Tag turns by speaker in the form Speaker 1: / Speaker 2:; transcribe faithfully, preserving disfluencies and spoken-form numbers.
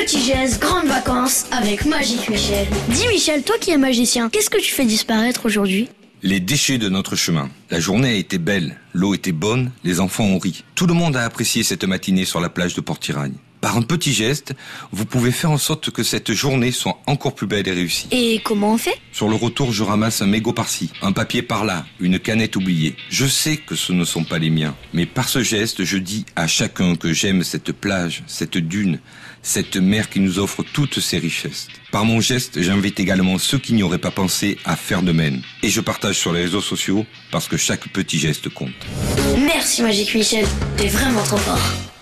Speaker 1: Petit geste, grandes vacances avec Magique Michel. Dis Michel, toi qui es magicien, qu'est-ce que tu fais disparaître aujourd'hui?
Speaker 2: Les déchets de notre chemin. La journée a été belle, l'eau était bonne, les enfants ont ri. Tout le monde a apprécié cette matinée sur la plage de Port-Tiragne. Par un petit geste, vous pouvez faire en sorte que cette journée soit encore plus belle et réussie.
Speaker 1: Et comment on fait?
Speaker 2: Sur le retour, je ramasse un mégot par-ci, un papier par-là, une canette oubliée. Je sais que ce ne sont pas les miens, mais par ce geste, je dis à chacun que j'aime cette plage, cette dune, cette mer qui nous offre toutes ces richesses. Par mon geste, j'invite également ceux qui n'y auraient pas pensé à faire de même. Et je partage sur les réseaux sociaux parce que chaque petit geste compte.
Speaker 1: Merci Magique Michel, t'es vraiment trop fort.